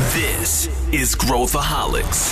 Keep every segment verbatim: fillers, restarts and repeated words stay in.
This is Growthaholics.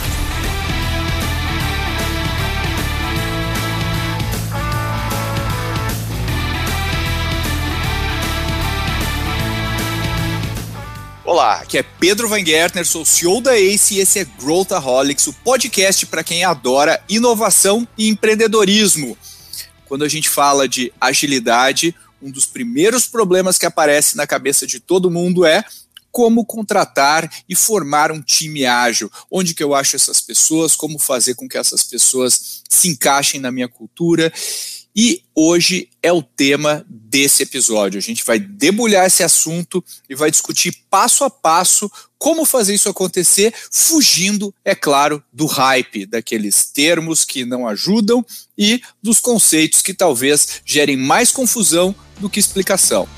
Olá, aqui é Pedro Van Gertner, sou o C E O da Ace e esse é Growthaholics, o podcast para quem adora inovação e empreendedorismo. Quando a gente fala de agilidade, um dos primeiros problemas que aparece na cabeça de todo mundo é como contratar e formar um time ágil. Onde que eu acho essas pessoas, como fazer com que essas pessoas se encaixem na minha cultura. E hoje é o tema desse episódio. A gente vai debulhar esse assunto e vai discutir passo a passo como fazer isso acontecer, fugindo, é claro, do hype, daqueles termos que não ajudam e dos conceitos que talvez gerem mais confusão do que explicação.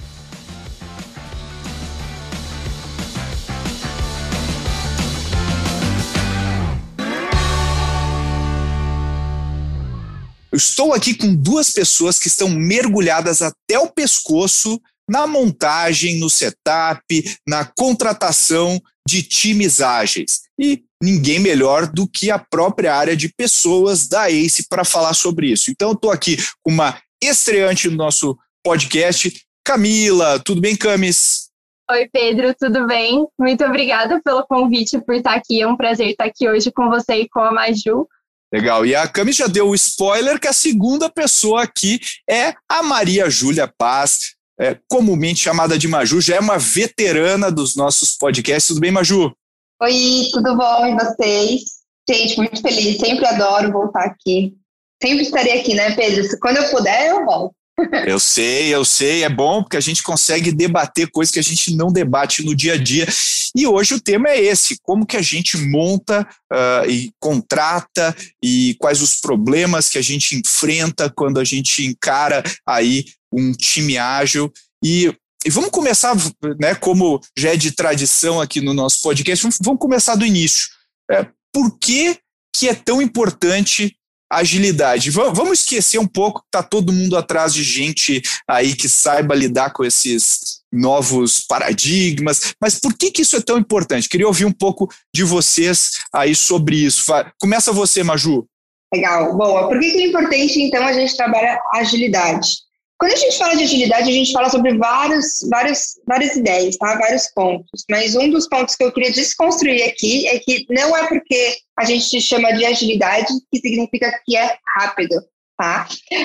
Eu estou aqui com duas pessoas que estão mergulhadas até o pescoço na montagem, no setup, na contratação de times ágeis. E ninguém melhor do que a própria área de pessoas da Ace para falar sobre isso. Então eu estou aqui com uma estreante no nosso podcast, Camila. Tudo bem, Camis? Oi, Pedro, tudo bem? Muito obrigada pelo convite, por estar aqui. É um prazer estar aqui hoje com você e com a Maju. Legal, e a Cami já deu o spoiler que a segunda pessoa aqui é a Maria Júlia Paz, é, comumente chamada de Maju, já é uma veterana dos nossos podcasts. Tudo bem, Maju? Oi, tudo bom, e vocês? Gente, muito feliz, sempre adoro voltar aqui. Sempre estarei aqui, né, Pedro? Quando eu puder, eu volto. Eu sei, eu sei, é bom porque a gente consegue debater coisas que a gente não debate no dia a dia. E hoje o tema é esse, como que a gente monta uh, e contrata e quais os problemas que a gente enfrenta quando a gente encara aí um time ágil. E, e vamos começar, né, como já é de tradição aqui no nosso podcast, vamos, vamos começar do início. É, por que que é tão importante agilidade? Vamos esquecer um pouco que está todo mundo atrás de gente aí que saiba lidar com esses novos paradigmas, mas por que que isso é tão importante? Queria ouvir um pouco de vocês aí sobre isso. Começa você, Maju. Legal, boa. Por que que é importante, então, a gente trabalhar agilidade? Quando a gente fala de agilidade, a gente fala sobre vários, vários, várias ideias, tá? Vários pontos. Mas um dos pontos que eu queria desconstruir aqui é que não é porque a gente chama de agilidade que significa que é rápido, tá?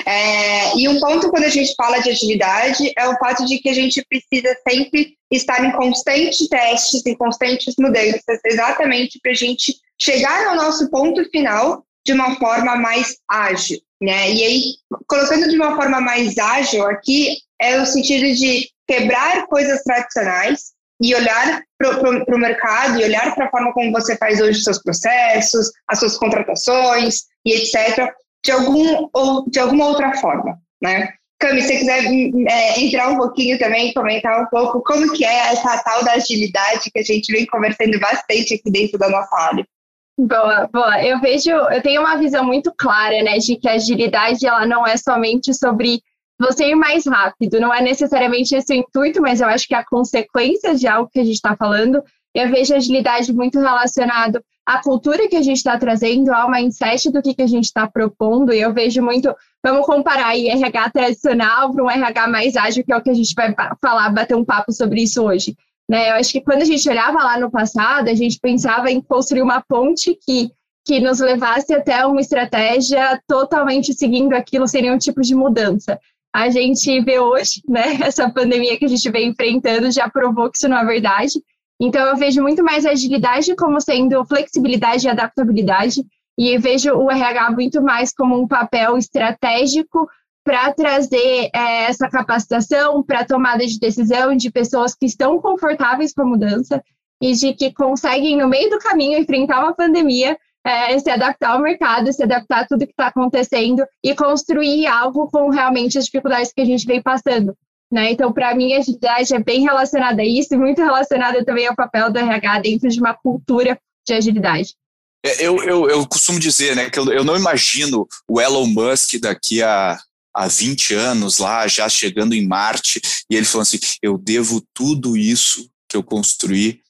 É, e um ponto quando a gente fala de agilidade é o fato de que a gente precisa sempre estar em constantes testes, em constantes mudanças, exatamente para a gente chegar ao nosso ponto final de uma forma mais ágil, né? E aí, colocando de uma forma mais ágil aqui, é o sentido de quebrar coisas tradicionais e olhar para o mercado e olhar para a forma como você faz hoje os seus processos, as suas contratações e etcétera, de, algum, ou, de alguma outra forma, né? Cami, se você quiser é, entrar um pouquinho também, comentar um pouco como que é essa tal da agilidade que a gente vem conversando bastante aqui dentro da nossa área. Boa, boa. Eu vejo, eu tenho uma visão muito clara, né, de que a agilidade, ela não é somente sobre você ir mais rápido, não é necessariamente esse o intuito, mas eu acho que é a consequência de algo que a gente está falando. Eu vejo a agilidade muito relacionado à cultura que a gente está trazendo, ao mindset do que, que a gente está propondo, e eu vejo muito, vamos comparar aí R H tradicional para um R H mais ágil, que é o que a gente vai falar, bater um papo sobre isso hoje. Né, eu acho que quando a gente olhava lá no passado, a gente pensava em construir uma ponte que, que nos levasse até uma estratégia totalmente seguindo aquilo, sem nenhum tipo de mudança. A gente vê hoje, né, essa pandemia que a gente vem enfrentando já provou que isso não é verdade. Então eu vejo muito mais a agilidade como sendo flexibilidade e adaptabilidade, e vejo o R H muito mais como um papel estratégico para trazer é, essa capacitação, para tomada de decisão de pessoas que estão confortáveis com a mudança e de que conseguem, no meio do caminho, enfrentar uma pandemia, é, se adaptar ao mercado, se adaptar a tudo que está acontecendo e construir algo com realmente as dificuldades que a gente vem passando. Né? Então, para mim, a agilidade é bem relacionada a isso e muito relacionada também ao papel do R H dentro de uma cultura de agilidade. Eu, eu, eu costumo dizer, né, que eu, eu não imagino o Elon Musk daqui a há vinte anos lá, já chegando em Marte, e ele falou assim, eu devo tudo isso que eu construí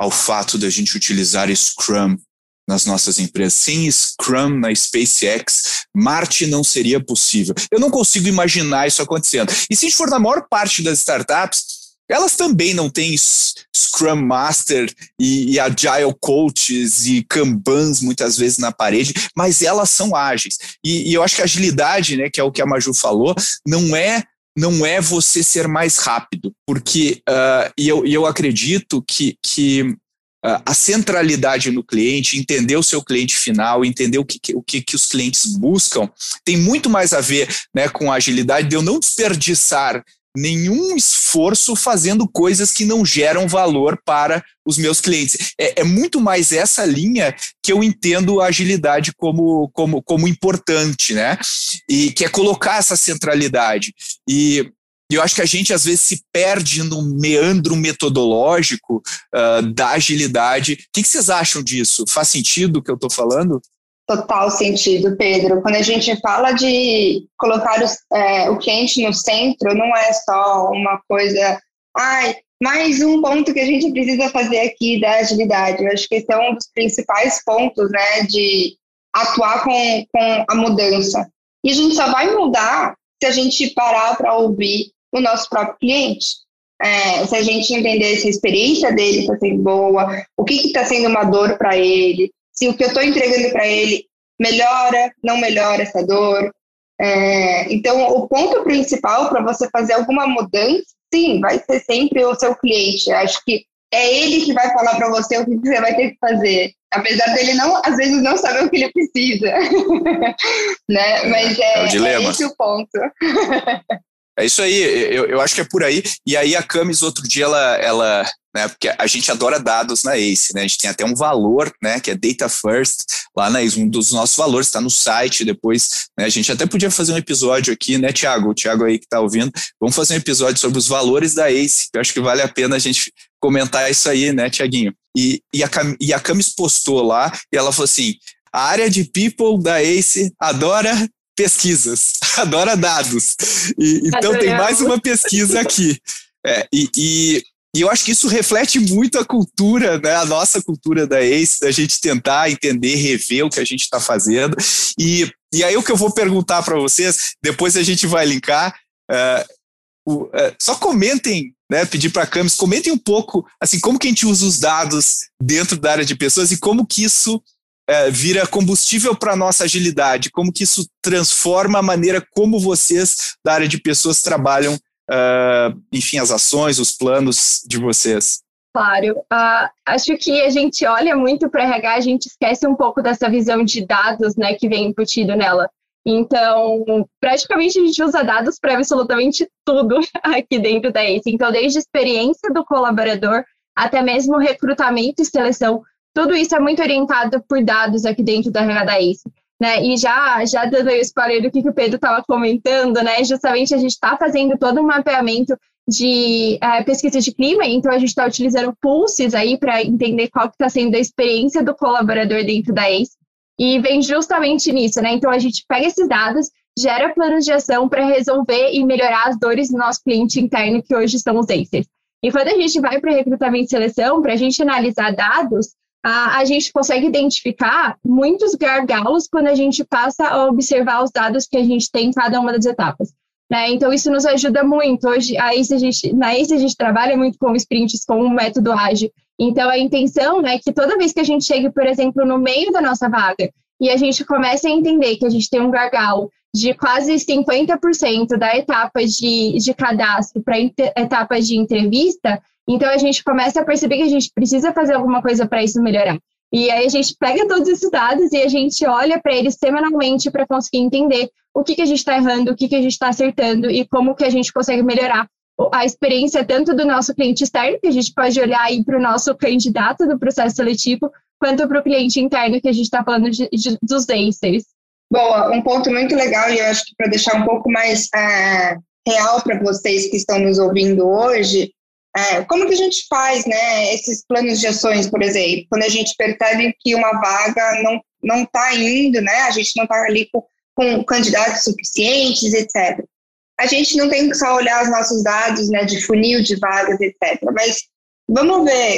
ao fato de a gente utilizar Scrum nas nossas empresas. Sem Scrum na SpaceX, Marte não seria possível. Eu não consigo imaginar isso acontecendo. E se a gente for na maior parte das startups, elas também não têm Scrum Master e, e Agile Coaches e Kanbans muitas vezes na parede, mas elas são ágeis. E, e eu acho que a agilidade, né, que é o que a Maju falou, não é, não é você ser mais rápido, porque uh, e, eu, e eu acredito que, que uh, a centralidade no cliente, entender o seu cliente final, entender o que, o que, que os clientes buscam, tem muito mais a ver, né, com a agilidade de eu não desperdiçar nenhum esforço fazendo coisas que não geram valor para os meus clientes. É, é muito mais essa linha que eu entendo a agilidade como, como, como importante, né? E que é colocar essa centralidade. E eu acho que a gente às vezes se perde no meandro metodológico uh, da agilidade. O que, que vocês acham disso? Faz sentido o que eu estou falando? Total sentido, Pedro. Quando a gente fala de colocar os, é, o cliente no centro, não é só uma coisa, ai, mais um ponto que a gente precisa fazer aqui da agilidade. Eu acho que esse é um dos principais pontos, né, de atuar com, com a mudança. E a gente só vai mudar se a gente parar para ouvir o nosso próprio cliente. É, se a gente entender se a experiência dele está sendo boa, o que está sendo uma dor para ele, se o que eu estou entregando para ele melhora, não melhora essa dor. É, então, o ponto principal para você fazer alguma mudança, sim, vai ser sempre o seu cliente. Eu acho que é ele que vai falar para você o que você vai ter que fazer. Apesar dele, não, às vezes, não saber o que ele precisa. Né? Mas é, é, o dilema. É esse o ponto. É isso aí, eu, eu acho que é por aí. E aí a Camis, outro dia, ela, ela né, porque a gente adora dados na Ace, né, a gente tem até um valor, né, que é Data First, lá na Ace, um dos nossos valores, está no site depois, né, a gente até podia fazer um episódio aqui, né, Thiago, o Thiago aí que está ouvindo, vamos fazer um episódio sobre os valores da Ace, eu acho que vale a pena a gente comentar isso aí, né, Thiaguinho? E, e, a, e a Camis postou lá, e ela falou assim, a área de People da Ace adora pesquisas, adora dados. E, então tem mais uma pesquisa aqui. É, e, e, e eu acho que isso reflete muito a cultura, né, a nossa cultura da Ace, da gente tentar entender, rever o que a gente está fazendo. E, e aí o que eu vou perguntar para vocês, depois a gente vai linkar, uh, o, uh, só comentem, né, pedir para a Camis, comentem um pouco assim, como que a gente usa os dados dentro da área de pessoas e como que isso É, vira combustível para a nossa agilidade, como que isso transforma a maneira como vocês da área de pessoas trabalham, uh, enfim, as ações, os planos de vocês. Claro, uh, acho que a gente olha muito para R H, a gente esquece um pouco dessa visão de dados, né, que vem embutido nela. Então, praticamente a gente usa dados para absolutamente tudo aqui dentro da Ace. Então, desde a experiência do colaborador até mesmo recrutamento e seleção, tudo isso é muito orientado por dados aqui dentro da R H da Ace, né? E já, já dando aí o spoiler do que, que o Pedro estava comentando, né? Justamente a gente está fazendo todo um mapeamento de uh, pesquisa de clima, então a gente está utilizando pulses aí para entender qual que está sendo a experiência do colaborador dentro da Ace, e vem justamente nisso, né? Então a gente pega esses dados, gera planos de ação para resolver e melhorar as dores do nosso cliente interno, que hoje são os Acers. E quando a gente vai para recrutamento e seleção, para a gente analisar dados, a, a gente consegue identificar muitos gargalos quando a gente passa a observar os dados que a gente tem em cada uma das etapas, né? Então, isso nos ajuda muito. Hoje, a Ace, a gente, na Ace, a gente trabalha muito com sprints, com um método ágil. Então, a intenção é que toda vez que a gente chegue, por exemplo, no meio da nossa vaga, e a gente comece a entender que a gente tem um gargalo de quase cinquenta por cento da etapa de, de cadastro para etapa de entrevista, então a gente começa a perceber que a gente precisa fazer alguma coisa para isso melhorar. E aí a gente pega todos esses dados e a gente olha para eles semanalmente para conseguir entender o que, que a gente está errando, o que, que a gente está acertando e como que a gente consegue melhorar a experiência tanto do nosso cliente externo, que a gente pode olhar aí para o nosso candidato do processo seletivo, quanto para o cliente interno, que a gente está falando de, de, dos Acers. Boa, um ponto muito legal, e eu acho que para deixar um pouco mais é, real para vocês que estão nos ouvindo hoje, é, como que a gente faz, né, esses planos de ações, por exemplo, quando a gente percebe que uma vaga não não está indo, né, a gente não está ali com, com candidatos suficientes, etcétera. A gente não tem que só olhar os nossos dados, né, de funil de vagas, etcétera. Mas vamos ver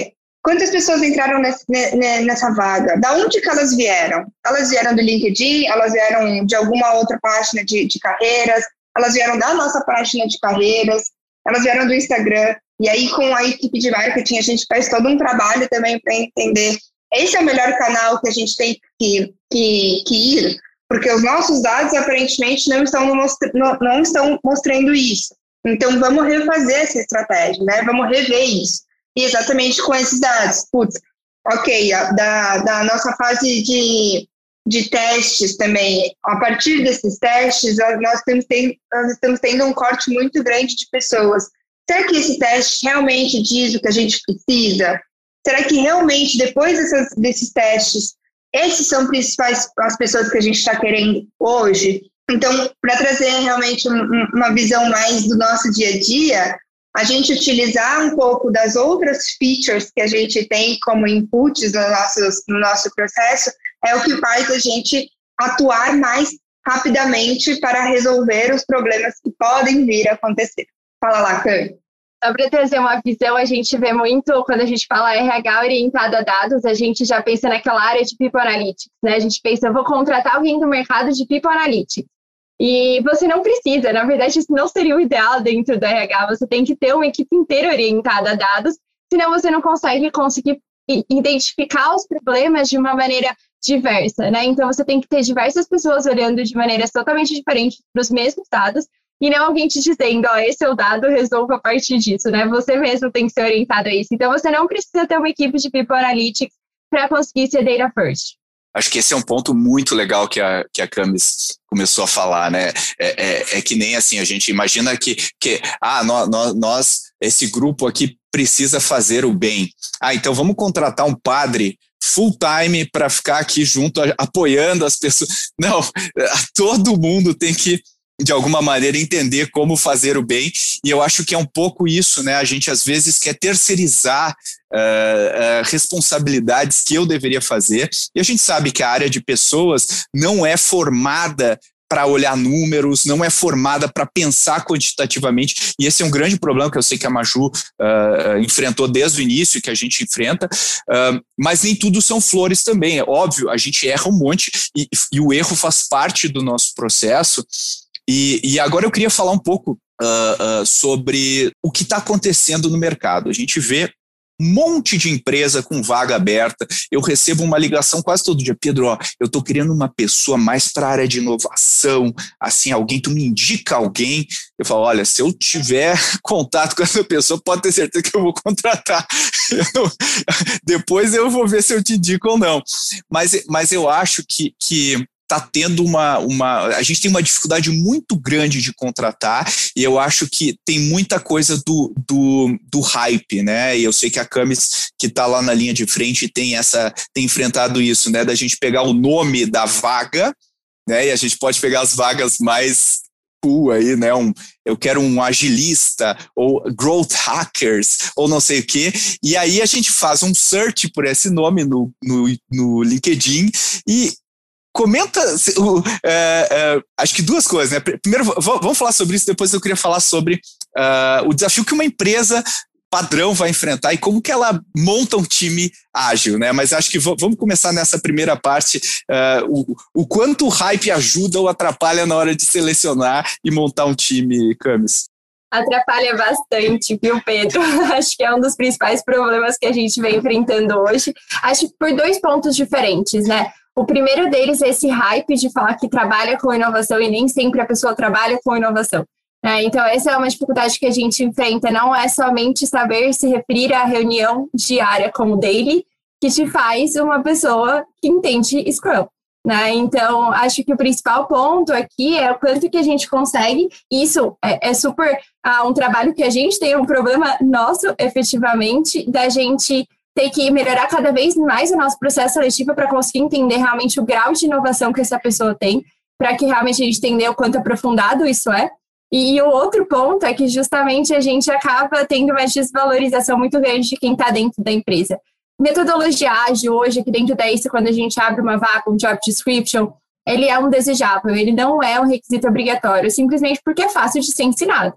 Quantas pessoas entraram nesse, nessa vaga? Da onde que elas vieram? Elas vieram do LinkedIn? Elas vieram de alguma outra página de, de carreiras? Elas vieram da nossa página de carreiras? Elas vieram do Instagram? E aí, com a equipe de marketing, a gente faz todo um trabalho também para entender esse é o melhor canal que a gente tem que, que, que ir, porque os nossos dados, aparentemente, não estão, mostra, não, não estão mostrando isso. Então, vamos refazer essa estratégia, né? Vamos rever isso. E exatamente com esses dados. Putz, ok, a, da, da nossa fase de, de testes também, a partir desses testes, nós, temos, tem, nós estamos tendo um corte muito grande de pessoas. Será que esse teste realmente diz o que a gente precisa? Será que realmente, depois dessas, desses testes, esses são principais as pessoas que a gente está querendo hoje? Então, para trazer realmente um, uma visão mais do nosso dia a dia, a gente utilizar um pouco das outras features que a gente tem como inputs no nosso, no nosso processo é o que faz a gente atuar mais rapidamente para resolver os problemas que podem vir a acontecer. Fala lá, Cam. Só para trazer uma visão, a gente vê muito, quando a gente fala R H orientado a dados, a gente já pensa naquela área de People Analytics, né? A gente pensa, eu vou contratar alguém do mercado de People Analytics. E você não precisa, na verdade, isso não seria o ideal dentro do R H, você tem que ter uma equipe inteira orientada a dados, senão você não consegue conseguir identificar os problemas de uma maneira diversa, né? Então, você tem que ter diversas pessoas olhando de maneiras totalmente diferentes para os mesmos dados, e não alguém te dizendo, ó, esse é o dado, resolva a partir disso, né? Você mesmo tem que ser orientado a isso. Então, você não precisa ter uma equipe de People Analytics para conseguir ser data first. Acho que esse é um ponto muito legal que a, que a Camis começou a falar, né? É, é, é que nem assim, a gente imagina que, que ah, nós, nós, esse grupo aqui precisa fazer o bem. Ah, então vamos contratar um padre full time para ficar aqui junto, apoiando as pessoas. Não, todo mundo tem que, de alguma maneira, entender como fazer o bem, e eu acho que é um pouco isso, né? A gente às vezes quer terceirizar uh, uh, responsabilidades que eu deveria fazer, e a gente sabe que a área de pessoas não é formada para olhar números, não é formada para pensar quantitativamente, e esse é um grande problema que eu sei que a Maju uh, enfrentou desde o início, que a gente enfrenta, uh, mas nem tudo são flores também, é óbvio, a gente erra um monte, e, e o erro faz parte do nosso processo. E, e agora eu queria falar um pouco uh, uh, sobre o que está acontecendo no mercado. A gente vê um monte de empresa com vaga aberta. Eu recebo uma ligação quase todo dia. Pedro, ó, eu estou querendo uma pessoa mais para a área de inovação, assim, alguém, tu me indica alguém. Eu falo, olha, se eu tiver contato com essa pessoa, pode ter certeza que eu vou contratar. Eu, depois eu vou ver se eu te indico ou não. Mas, mas eu acho que... que está tendo uma, uma... A gente tem uma dificuldade muito grande de contratar, e eu acho que tem muita coisa do, do, do hype, né? E eu sei que a Camis, que está lá na linha de frente, tem, essa, tem enfrentado isso, né? Da gente pegar o nome da vaga, né? E a gente pode pegar as vagas mais cool aí, né? Um, eu quero um agilista, ou growth hackers, ou não sei o quê. E aí a gente faz um search por esse nome no, no, no LinkedIn e comenta, uh, uh, acho que duas coisas, né? Primeiro, vamos falar sobre isso, depois eu queria falar sobre uh, o desafio que uma empresa padrão vai enfrentar e como que ela monta um time ágil, né? Mas acho que vamos começar nessa primeira parte, uh, o, o quanto o hype ajuda ou atrapalha na hora de selecionar e montar um time, Camis. Atrapalha bastante, viu, Pedro? Acho que é um dos principais problemas que a gente vem enfrentando hoje. Acho que por dois pontos diferentes, né? O primeiro deles é esse hype de falar que trabalha com inovação e nem sempre a pessoa trabalha com inovação. É, então, essa é uma dificuldade que a gente enfrenta. Não é somente saber se referir à reunião diária como daily, que te faz uma pessoa que entende Scrum. Né? Então, acho que o principal ponto aqui é o quanto que a gente consegue. Isso é, é super uh, um trabalho que a gente tem, um problema nosso, efetivamente, da gente ter que melhorar cada vez mais o nosso processo seletivo para conseguir entender realmente o grau de inovação que essa pessoa tem, para que realmente a gente entenda o quanto aprofundado isso é. E, e o outro ponto é que justamente a gente acaba tendo uma desvalorização muito grande de quem está dentro da empresa. Metodologia ágil hoje, aqui dentro da ACE, quando a gente abre uma vaga, um job description, ele é um desejável, ele não é um requisito obrigatório, simplesmente porque é fácil de ser ensinado.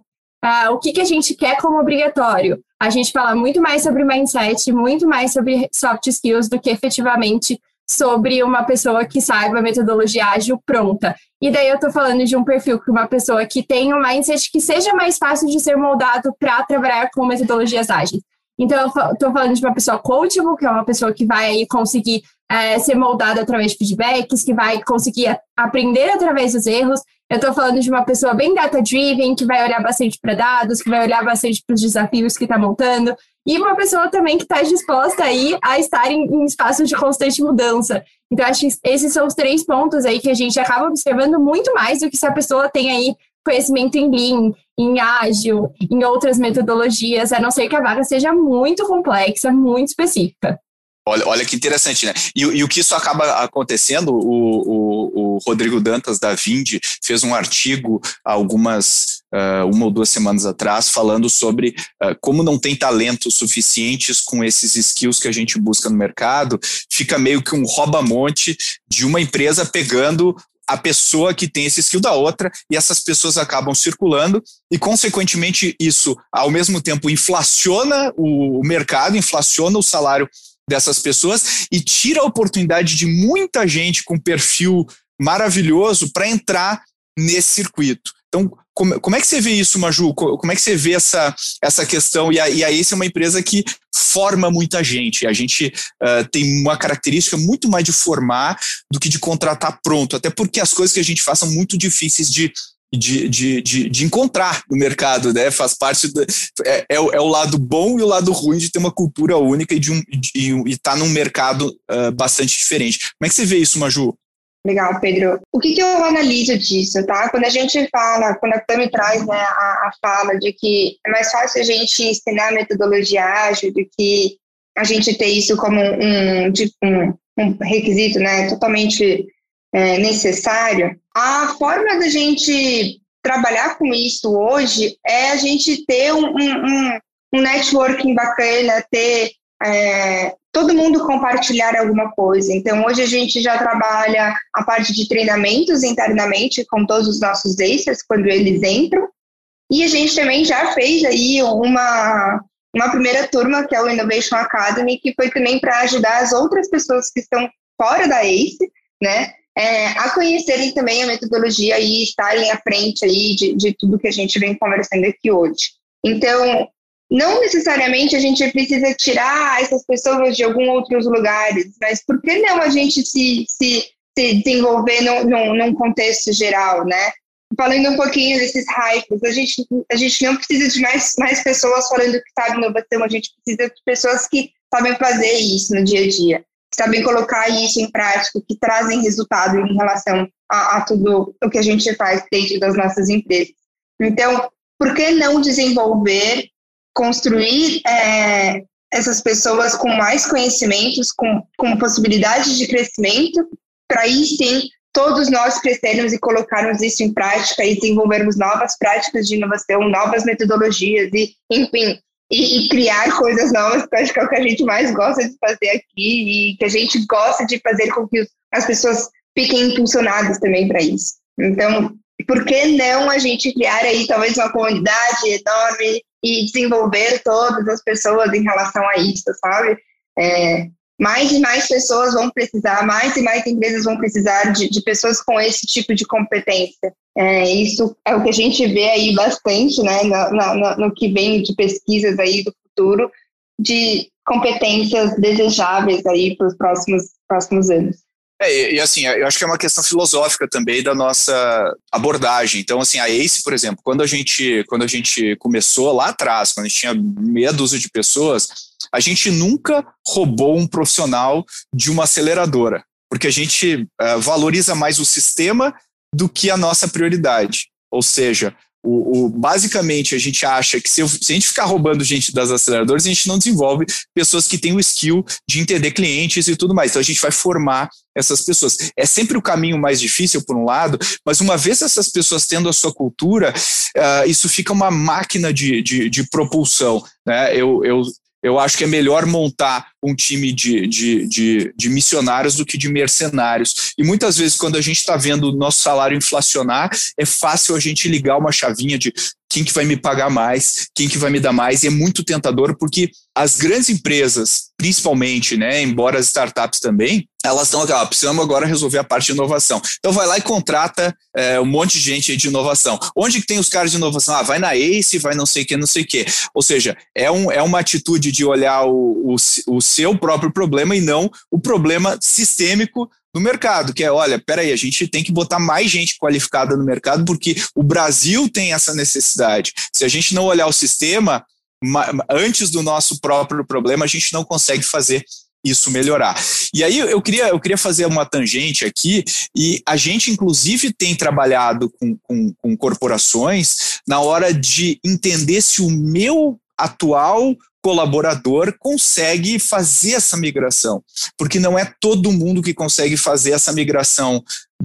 uh, o que, que a gente quer como obrigatório. A gente fala muito mais sobre mindset, muito mais sobre soft skills do que efetivamente sobre uma pessoa que saiba a metodologia ágil pronta. E daí eu tô falando de um perfil que uma pessoa que tem um mindset que seja mais fácil de ser moldado para trabalhar com metodologias ágeis. Então, eu estou falando de uma pessoa coachable, que é uma pessoa que vai aí conseguir é, ser moldada através de feedbacks, que vai conseguir a, aprender através dos erros. Eu estou falando de uma pessoa bem data-driven, que vai olhar bastante para dados, que vai olhar bastante para os desafios que está montando. E uma pessoa também que está disposta aí a estar em, em espaços de constante mudança. Então, acho que esses são os três pontos aí que a gente acaba observando muito mais do que se a pessoa tem aí conhecimento em Lean, em ágil, em outras metodologias, a não ser que a vaga seja muito complexa, muito específica. Olha, olha que interessante, né? E, e o que isso acaba acontecendo, o, o, o Rodrigo Dantas da Vindi fez um artigo há algumas, uh, uma ou duas semanas atrás, falando sobre uh, como não tem talentos suficientes com esses skills que a gente busca no mercado, fica meio que um rouba-monte de uma empresa pegando a pessoa que tem esse skill da outra, e essas pessoas acabam circulando, e consequentemente isso, ao mesmo tempo, inflaciona o mercado, inflaciona o salário dessas pessoas e tira a oportunidade de muita gente com perfil maravilhoso para entrar nesse circuito. Então, como, como é que você vê isso, Maju? Como é que você vê essa, essa questão? E a, e a Ace é uma empresa que forma muita gente. A gente uh, tem uma característica muito mais de formar do que de contratar pronto, até porque as coisas que a gente faz são muito difíceis de De, de, de, de encontrar no mercado, né? Faz parte do, é, é, o, é o lado bom e o lado ruim de ter uma cultura única e de um, estar tá num mercado uh, bastante diferente. Como é que você vê isso, Maju? Legal, Pedro. O que, que eu analiso disso, tá? Quando a gente fala, quando a Tami traz, né, a, a fala de que é mais fácil a gente ensinar a metodologia ágil do que a gente ter isso como um, um, um requisito, né, totalmente é, necessário, a forma da gente trabalhar com isso hoje é a gente ter um, um, um networking bacana, ter é, todo mundo compartilhar alguma coisa. Então, hoje a gente já trabalha a parte de treinamentos internamente com todos os nossos acers, quando eles entram, e a gente também já fez aí uma, uma primeira turma, que é o Innovation Academy, que foi também para ajudar as outras pessoas que estão fora da Ace, né, É, a conhecerem também a metodologia e estarem à frente aí de, de tudo que a gente vem conversando aqui hoje. Então, não necessariamente a gente precisa tirar essas pessoas de alguns outros lugares, mas por que não a gente se, se, se desenvolver num, num, num contexto geral, né? Falando um pouquinho desses hypes, a gente, a gente não precisa de mais, mais pessoas falando que sabem inovação, a gente precisa de pessoas que sabem fazer isso no dia a dia, sabem colocar isso em prática, que trazem resultado em relação a, a tudo o que a gente faz dentro das nossas empresas. Então, por que não desenvolver, construir é, essas pessoas com mais conhecimentos, com, com possibilidades de crescimento, para aí sim todos nós crescermos e colocarmos isso em prática e desenvolvermos novas práticas de inovação, novas metodologias e, enfim, E, e criar coisas novas, que eu acho que é o que a gente mais gosta de fazer aqui e que a gente gosta de fazer com que as pessoas fiquem impulsionadas também para isso. Então, por que não a gente criar aí talvez uma comunidade enorme e desenvolver todas as pessoas em relação a isso, sabe? É, mais e mais pessoas vão precisar, mais e mais empresas vão precisar de, de pessoas com esse tipo de competência. É, isso é o que a gente vê aí bastante, né, no, no, no que vem de pesquisas aí do futuro, de competências desejáveis aí para os próximos, próximos anos. É, e, e assim, eu acho que é uma questão filosófica também da nossa abordagem. Então, assim, a Ace, por exemplo, quando a gente, quando a gente começou lá atrás, quando a gente tinha meia dúzia de pessoas, a gente nunca roubou um profissional de uma aceleradora, porque a gente uh, valoriza mais o sistema do que a nossa prioridade. Ou seja, o, o, basicamente a gente acha que se, eu, se a gente ficar roubando gente das aceleradoras, a gente não desenvolve pessoas que têm o skill de entender clientes e tudo mais. Então a gente vai formar essas pessoas. É sempre o caminho mais difícil, por um lado, mas uma vez essas pessoas tendo a sua cultura, uh, isso fica uma máquina de, de, de propulsão, né? Eu, eu eu acho que é melhor montar um time de, de, de, de missionários do que de mercenários. E muitas vezes, quando a gente está vendo o nosso salário inflacionar, é fácil a gente ligar uma chavinha de quem que vai me pagar mais, quem que vai me dar mais, e é muito tentador, porque as grandes empresas, principalmente, né, embora as startups também, elas estão aqui, ó, precisamos agora resolver a parte de inovação. Então vai lá e contrata é, um monte de gente aí de inovação. Onde que tem os caras de inovação? Ah, vai na Ace, vai não sei o que, não sei o que. Ou seja, é, um, é uma atitude de olhar o, o, o seu próprio problema e não o problema sistêmico no mercado, que é, olha, peraí, a gente tem que botar mais gente qualificada no mercado porque o Brasil tem essa necessidade. Se a gente não olhar o sistema, antes do nosso próprio problema, a gente não consegue fazer isso melhorar. E aí eu queria, eu queria fazer uma tangente aqui, e a gente inclusive tem trabalhado com, com, com corporações na hora de entender se o meu atual colaborador consegue fazer essa migração, porque não é todo mundo que consegue fazer essa migração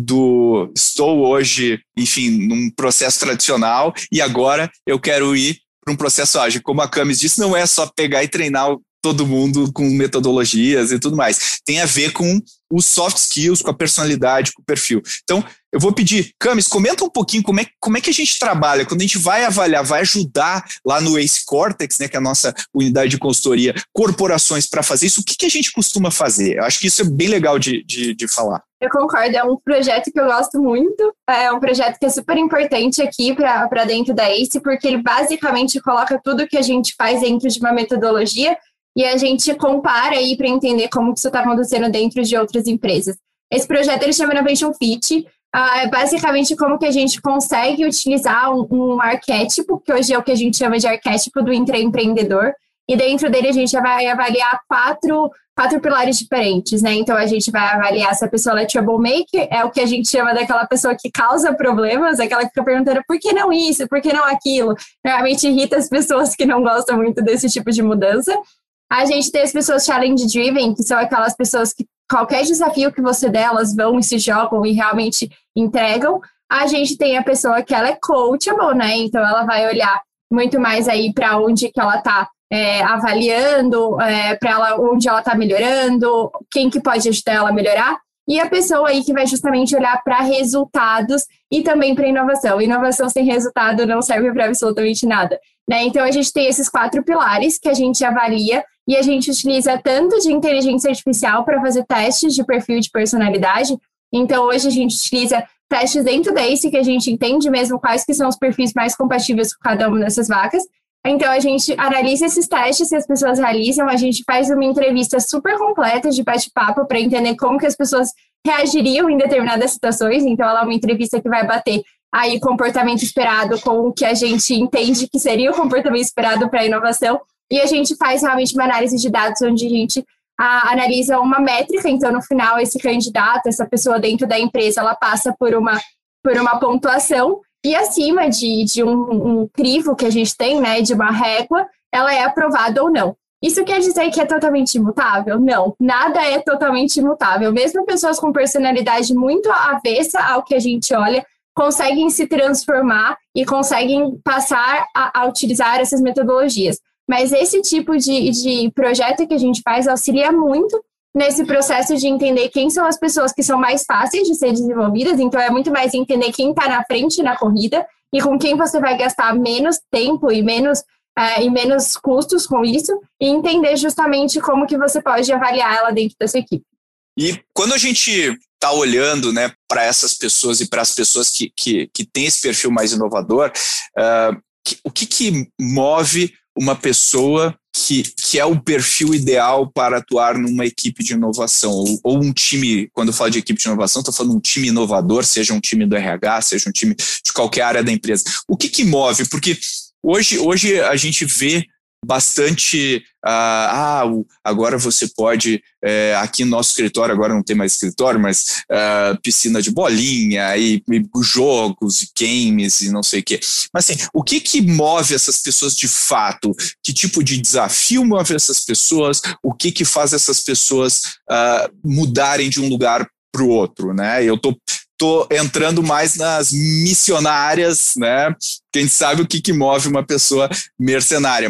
do estou hoje, enfim, num processo tradicional e agora eu quero ir para um processo ágil. Como a Camis disse, não é só pegar e treinar todo mundo com metodologias e tudo mais. Tem a ver com os soft skills, com a personalidade, com o perfil. Então, eu vou pedir, Camis, comenta um pouquinho como é, como é que a gente trabalha, quando a gente vai avaliar, vai ajudar lá no Ace Cortex, né, que é a nossa unidade de consultoria, corporações para fazer isso, o que, que a gente costuma fazer? Eu acho que isso é bem legal de, de, de falar. Eu concordo, é um projeto que eu gosto muito, é um projeto que é super importante aqui para dentro da Ace, porque ele basicamente coloca tudo que a gente faz dentro de uma metodologia e a gente compara aí para entender como que isso está acontecendo dentro de outras empresas. Esse projeto ele chama Innovation Fit, uh, é basicamente como que a gente consegue utilizar um, um arquétipo, que hoje é o que a gente chama de arquétipo do intraempreendedor, e dentro dele a gente vai avaliar quatro, quatro pilares diferentes, né? Então a gente vai avaliar se a pessoa é troublemaker, é o que a gente chama daquela pessoa que causa problemas, aquela que fica perguntando por que não isso, por que não aquilo. Normalmente irrita as pessoas que não gostam muito desse tipo de mudança. A gente tem as pessoas challenge-driven, que são aquelas pessoas que qualquer desafio que você der, elas vão e se jogam e realmente entregam. A gente tem a pessoa que ela é coachable, né? Então, ela vai olhar muito mais aí para onde que ela está é, avaliando, é, para ela onde ela está melhorando, quem que pode ajudar ela a melhorar. E a pessoa aí que vai justamente olhar para resultados e também para inovação. Inovação sem resultado não serve para absolutamente nada, né? Então, a gente tem esses quatro pilares que a gente avalia e a gente utiliza tanto de inteligência artificial para fazer testes de perfil de personalidade. Então, hoje a gente utiliza testes dentro da Ace que a gente entende mesmo quais que são os perfis mais compatíveis com cada uma dessas vacas. Então, a gente analisa esses testes que as pessoas realizam, a gente faz uma entrevista super completa de bate-papo para entender como que as pessoas reagiriam em determinadas situações. Então, ela é uma entrevista que vai bater aí comportamento esperado com o que a gente entende que seria o comportamento esperado para a inovação. E a gente faz realmente uma análise de dados onde a gente a, analisa uma métrica. Então, no final, esse candidato, essa pessoa dentro da empresa, ela passa por uma, por uma pontuação e acima de, de um, um crivo que a gente tem, né, de uma régua, ela é aprovada ou não. Isso quer dizer que é totalmente imutável? Não, nada é totalmente imutável. Mesmo pessoas com personalidade muito avessa ao que a gente olha, conseguem se transformar e conseguem passar a, a utilizar essas metodologias. Mas esse tipo de, de projeto que a gente faz auxilia muito nesse processo de entender quem são as pessoas que são mais fáceis de ser desenvolvidas. Então, é muito mais entender quem está na frente na corrida e com quem você vai gastar menos tempo e menos, é, e menos custos com isso e entender justamente como que você pode avaliar ela dentro dessa equipe. E quando a gente está olhando, né, para essas pessoas e para as pessoas que, que, que têm esse perfil mais inovador, uh, que, o que, que move uma pessoa que, que é o perfil ideal para atuar numa equipe de inovação, ou, ou um time, quando eu falo de equipe de inovação, estou falando de um time inovador, seja um time do R H, seja um time de qualquer área da empresa. O que, que move? Porque hoje, hoje a gente vê bastante, ah, ah, agora você pode, é, aqui no nosso escritório, agora não tem mais escritório, mas ah, piscina de bolinha e, e jogos e games e não sei o quê. Mas assim, o que que move essas pessoas de fato? Que tipo de desafio move essas pessoas? O que que faz essas pessoas ah, mudarem de um lugar para o outro, né? Eu tô Estou entrando mais nas missionárias, né? Quem sabe o que, que move uma pessoa mercenária, mas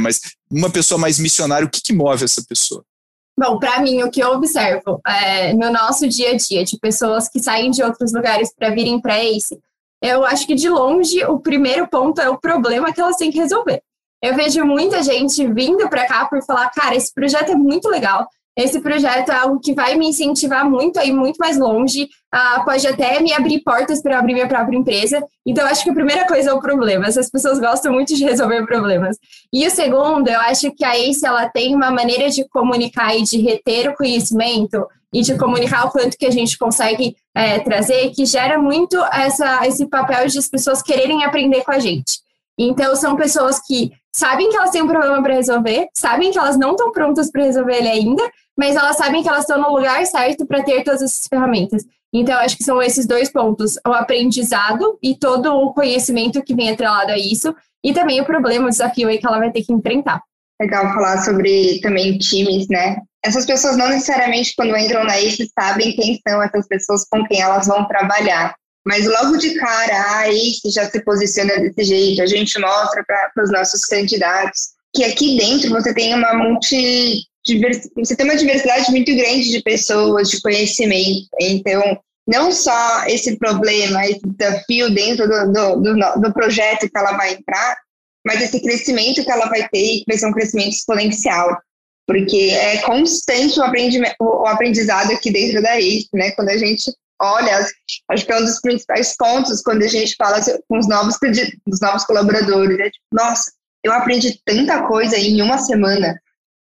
uma pessoa mais missionária, o que, que move essa pessoa? Bom, para mim, o que eu observo é, no nosso dia a dia, de pessoas que saem de outros lugares para virem para a ACE, eu acho que de longe o primeiro ponto é o problema que elas têm que resolver. Eu vejo muita gente vindo para cá por falar, cara, esse projeto é muito legal, esse projeto é algo que vai me incentivar muito a ir muito mais longe, uh, pode até me abrir portas para abrir minha própria empresa. Então, eu acho que a primeira coisa é o problema. Essas pessoas gostam muito de resolver problemas. E o segundo, eu acho que a ACE ela tem uma maneira de comunicar e de reter o conhecimento e de comunicar o quanto que a gente consegue é, trazer, que gera muito essa, esse papel de as pessoas quererem aprender com a gente. Então, são pessoas que sabem que elas têm um problema para resolver, sabem que elas não estão prontas para resolver ele ainda, mas elas sabem que elas estão no lugar certo para ter todas essas ferramentas. Então, acho que são esses dois pontos, o aprendizado e todo o conhecimento que vem atrelado a isso, e também o problema, o desafio aí que ela vai ter que enfrentar. Legal falar sobre também times, né? Essas pessoas não necessariamente, quando entram na ACE, sabem quem são essas pessoas com quem elas vão trabalhar. Mas logo de cara, a ACE já se posiciona desse jeito, a gente mostra para os nossos candidatos que aqui dentro você tem uma multi, você tem uma diversidade muito grande de pessoas, de conhecimento. Então, não só esse problema, esse desafio dentro do, do, do, do projeto que ela vai entrar, mas esse crescimento que ela vai ter, que vai ser um crescimento exponencial. Porque é constante o, o aprendizado aqui dentro da ACE, né? Quando a gente olha, acho que é um dos principais pontos quando a gente fala com os novos, os novos colaboradores. É tipo, nossa, eu aprendi tanta coisa em uma semana.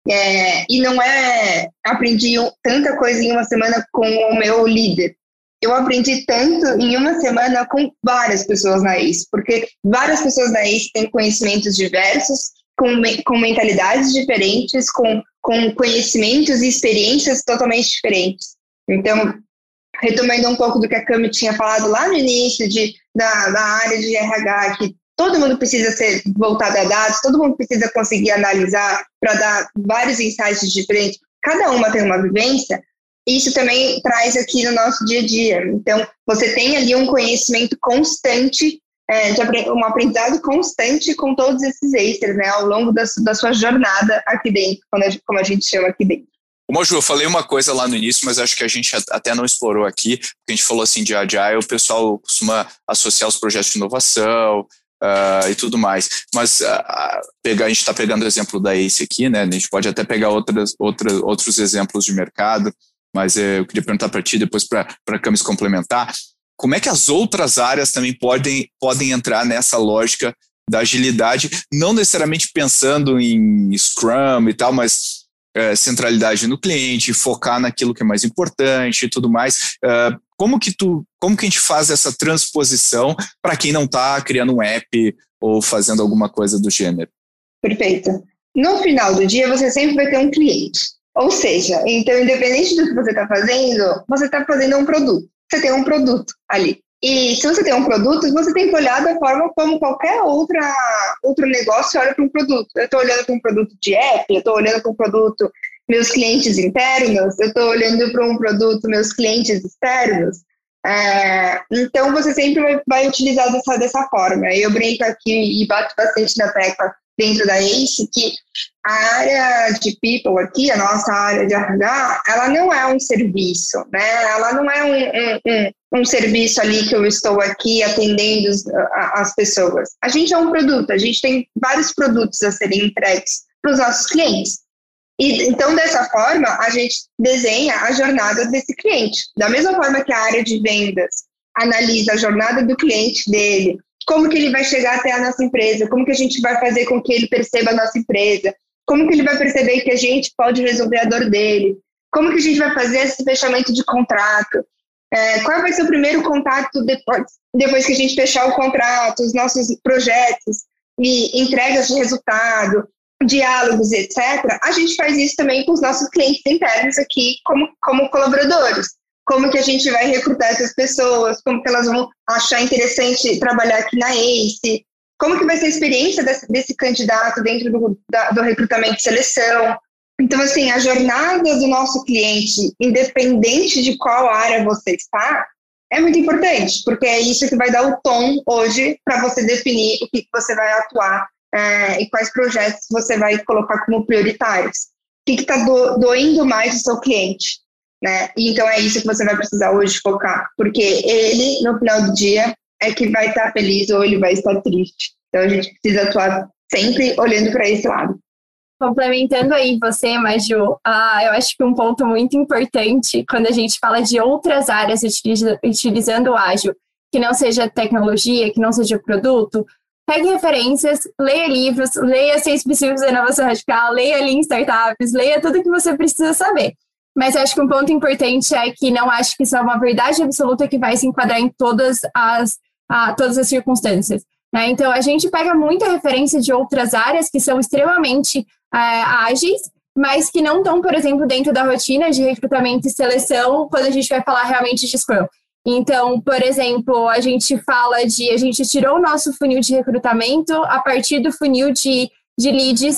É, e não é aprendi tanta coisa em uma semana com o meu líder. Eu aprendi tanto em uma semana com várias pessoas na ACE, porque várias pessoas na ACE têm conhecimentos diversos, com, com mentalidades diferentes, com, com conhecimentos e experiências totalmente diferentes. Então, retomando um pouco do que a Cami tinha falado lá no início de, da, da área de R H, que todo mundo precisa ser voltado a dados, todo mundo precisa conseguir analisar para dar vários insights diferentes, cada uma tem uma vivência, isso também traz aqui no nosso dia a dia. Então, você tem ali um conhecimento constante, é, de, um aprendizado constante com todos esses extras, né, ao longo da, da sua jornada aqui dentro, como a, como a gente chama aqui dentro. Bom, Ju, eu falei uma coisa lá no início, mas acho que a gente até não explorou aqui, porque a gente falou assim de Agile, o pessoal costuma associar os projetos de inovação uh, e tudo mais, mas uh, pegar, a gente está pegando o exemplo da ACE aqui, né? A gente pode até pegar outras, outras, outros exemplos de mercado, mas uh, eu queria perguntar para ti, depois para a Camis complementar, como é que as outras áreas também podem, podem entrar nessa lógica da agilidade, não necessariamente pensando em Scrum e tal, mas É, centralidade no cliente, focar naquilo que é mais importante e tudo mais. Uh, como que tu, como que a gente faz essa transposição para quem não está criando um app ou fazendo alguma coisa do gênero? Perfeito. No final do dia, você sempre vai ter um cliente. Ou seja, então, independente do que você está fazendo, você está fazendo um produto. Você tem um produto ali. E se você tem um produto, você tem que olhar da forma como qualquer outra, outro negócio olha para um produto. Eu estou olhando para um produto de app, eu estou olhando para um produto meus clientes internos, eu estou olhando para um produto meus clientes externos. É, então, você sempre vai, vai utilizar dessa, dessa forma. Eu brinco aqui e bato bastante na tecla dentro da ACE que a área de people aqui, a nossa área de R H, ela não é um serviço, né? Ela não é um, um, um, um serviço ali que eu estou aqui atendendo as pessoas. A gente é um produto, a gente tem vários produtos a serem entregues para os nossos clientes. E, então, dessa forma, a gente desenha a jornada desse cliente. Da mesma forma que a área de vendas analisa a jornada do cliente dele, como que ele vai chegar até a nossa empresa, como que a gente vai fazer com que ele perceba a nossa empresa, como que ele vai perceber que a gente pode resolver a dor dele, como que a gente vai fazer esse fechamento de contrato, é, qual vai ser o primeiro contato depois, depois que a gente fechar o contrato, os nossos projetos e entregas de resultado, diálogos, etcétera. A gente faz isso também com os nossos clientes internos aqui como, como colaboradores. Como que a gente vai recrutar essas pessoas, como que elas vão achar interessante trabalhar aqui na ACE, como que vai ser a experiência desse, desse candidato dentro do, da, do recrutamento e seleção. Então, assim, a jornada do nosso cliente, independente de qual área você está, é muito importante, porque é isso que vai dar o tom hoje para você definir o que você vai atuar é, e quais projetos você vai colocar como prioritários. O que está do, doendo mais do seu cliente, né? E então é isso que você vai precisar hoje focar, porque ele, no final do dia, é que vai estar feliz ou ele vai estar triste. Então a gente precisa atuar sempre olhando para esse lado. Complementando aí você, Maju, ah, eu acho que um ponto muito importante quando a gente fala de outras áreas utiliza, utilizando o ágil, que não seja tecnologia, que não seja produto, pegue referências, leia livros, leia Seis Princípios da Inovação Radical, leia Lean Startups, leia tudo que você precisa saber. Mas eu acho que um ponto importante é que não acho que isso é uma verdade absoluta que vai se enquadrar em todas as, ah, todas as circunstâncias. Né? Então, a gente pega muita referência de outras áreas que são extremamente é, ágeis, mas que não estão, por exemplo, dentro da rotina de recrutamento e seleção quando a gente vai falar realmente de Scrum. Então, por exemplo, a gente fala de... A gente tirou o nosso funil de recrutamento a partir do funil de, de leads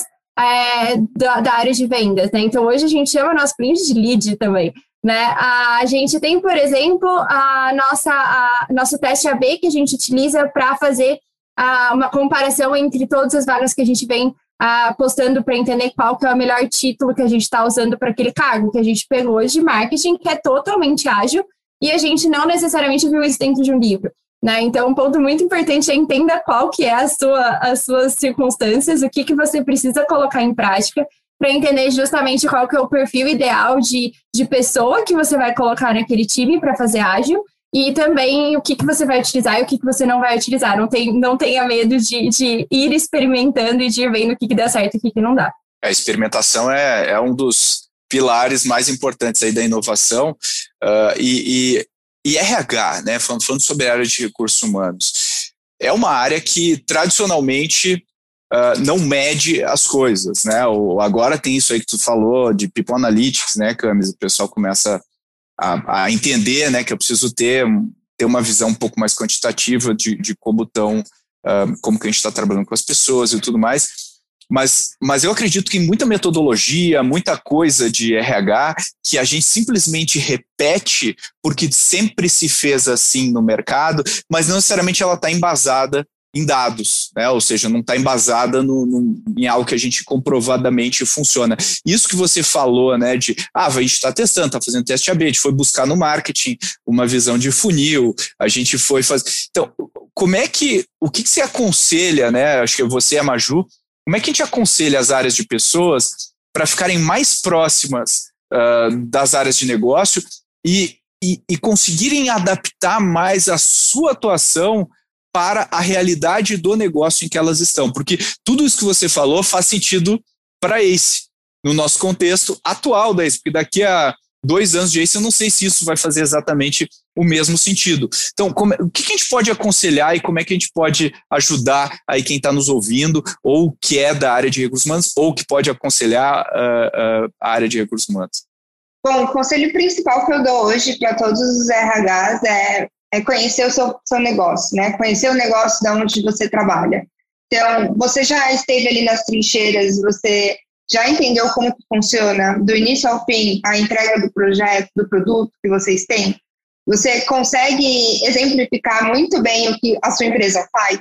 é, da, da área de vendas. Né? Então, hoje a gente chama o nosso cliente de lead também. Né? A gente tem, por exemplo, a nossa, a, nosso teste A B que a gente utiliza para fazer a, uma comparação entre todas as vagas que a gente vem a, postando para entender qual que é o melhor título que a gente está usando para aquele cargo que a gente pegou hoje de marketing, que é totalmente ágil, e a gente não necessariamente viu isso dentro de um livro. Né? Então, um ponto muito importante é entenda qual que é a sua, as suas circunstâncias, o que, que você precisa colocar em prática, para entender justamente qual que é o perfil ideal de, de pessoa que você vai colocar naquele time para fazer ágil e também o que, que você vai utilizar e o que, que você não vai utilizar. Não, tem, não tenha medo de, de ir experimentando e de ir vendo o que, que dá certo e o que, que não dá. A experimentação é, é um dos pilares mais importantes aí da inovação uh, e, e, e R H, né? Falando, falando sobre a área de recursos humanos, é uma área que tradicionalmente Uh, não mede as coisas, né? O, agora tem isso aí que tu falou de People Analytics, né, Camis? O pessoal começa a, a entender, né, que eu preciso ter, ter uma visão um pouco mais quantitativa de, de como tão, uh, como que a gente está trabalhando com as pessoas e tudo mais. Mas, mas eu acredito que muita metodologia, muita coisa de R H que a gente simplesmente repete porque sempre se fez assim no mercado, mas não necessariamente ela está embasada em dados, né? Ou seja, não está embasada no, no, em algo que a gente comprovadamente funciona. Isso que você falou, né, de, ah, a gente está testando, está fazendo teste A B, a gente foi buscar no marketing uma visão de funil, a gente foi fazer... Então, como é que, o que, que você aconselha, né, acho que você e a Maju, como é que a gente aconselha as áreas de pessoas para ficarem mais próximas uh, das áreas de negócio e, e, e conseguirem adaptar mais a sua atuação para a realidade do negócio em que elas estão? Porque tudo isso que você falou faz sentido para a Ace, no nosso contexto atual da Ace, porque daqui a dois anos de Ace eu não sei se isso vai fazer exatamente o mesmo sentido. Então, como, o que a gente pode aconselhar e como é que a gente pode ajudar aí quem está nos ouvindo, ou que é da área de recursos humanos, ou que pode aconselhar uh, uh, a área de recursos humanos? Bom, o conselho principal que eu dou hoje para todos os R Hs é é conhecer o seu, seu negócio, né? Conhecer o negócio de onde você trabalha. Então, você já esteve ali nas trincheiras, você já entendeu como que funciona, do início ao fim, a entrega do projeto, do produto que vocês têm? Você consegue exemplificar muito bem o que a sua empresa faz?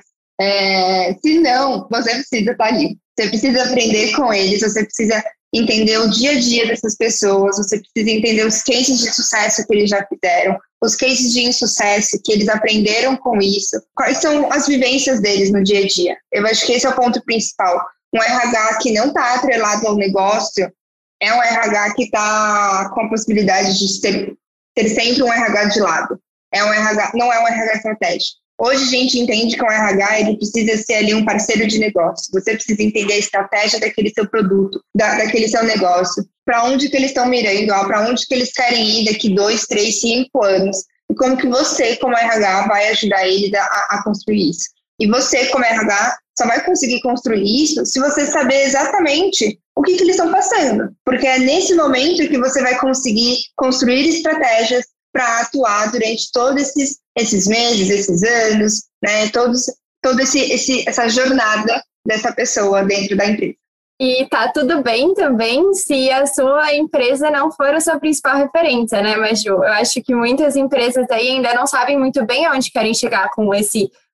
É, se não, você precisa estar ali. Você precisa aprender com eles, você precisa entender o dia a dia dessas pessoas, você precisa entender os cases de sucesso que eles já fizeram, os cases de insucesso que eles aprenderam com isso, quais são as vivências deles no dia a dia. Eu acho que esse é o ponto principal. Um R H que não está atrelado ao negócio é um R H que está com a possibilidade de ter, ter sempre um R H de lado. É um R H, não é um R H estratégico. Hoje a gente entende que um R H ele precisa ser ali um parceiro de negócio. Você precisa entender a estratégia daquele seu produto, da, daquele seu negócio, para onde que eles estão mirando, para onde que eles querem ir daqui dois, três, cinco anos, e como que você, como R H, vai ajudar eles a, a construir isso. E você, como R H, só vai conseguir construir isso se você saber exatamente o que, que eles estão passando, porque é nesse momento que você vai conseguir construir estratégias para atuar durante todos esses, esses meses, esses anos, né, todos, toda esse, esse, essa jornada dessa pessoa dentro da empresa. E tá tudo bem também se a sua empresa não for a sua principal referência, né, Maju? Eu acho que muitas empresas aí ainda não sabem muito bem aonde querem chegar com esse,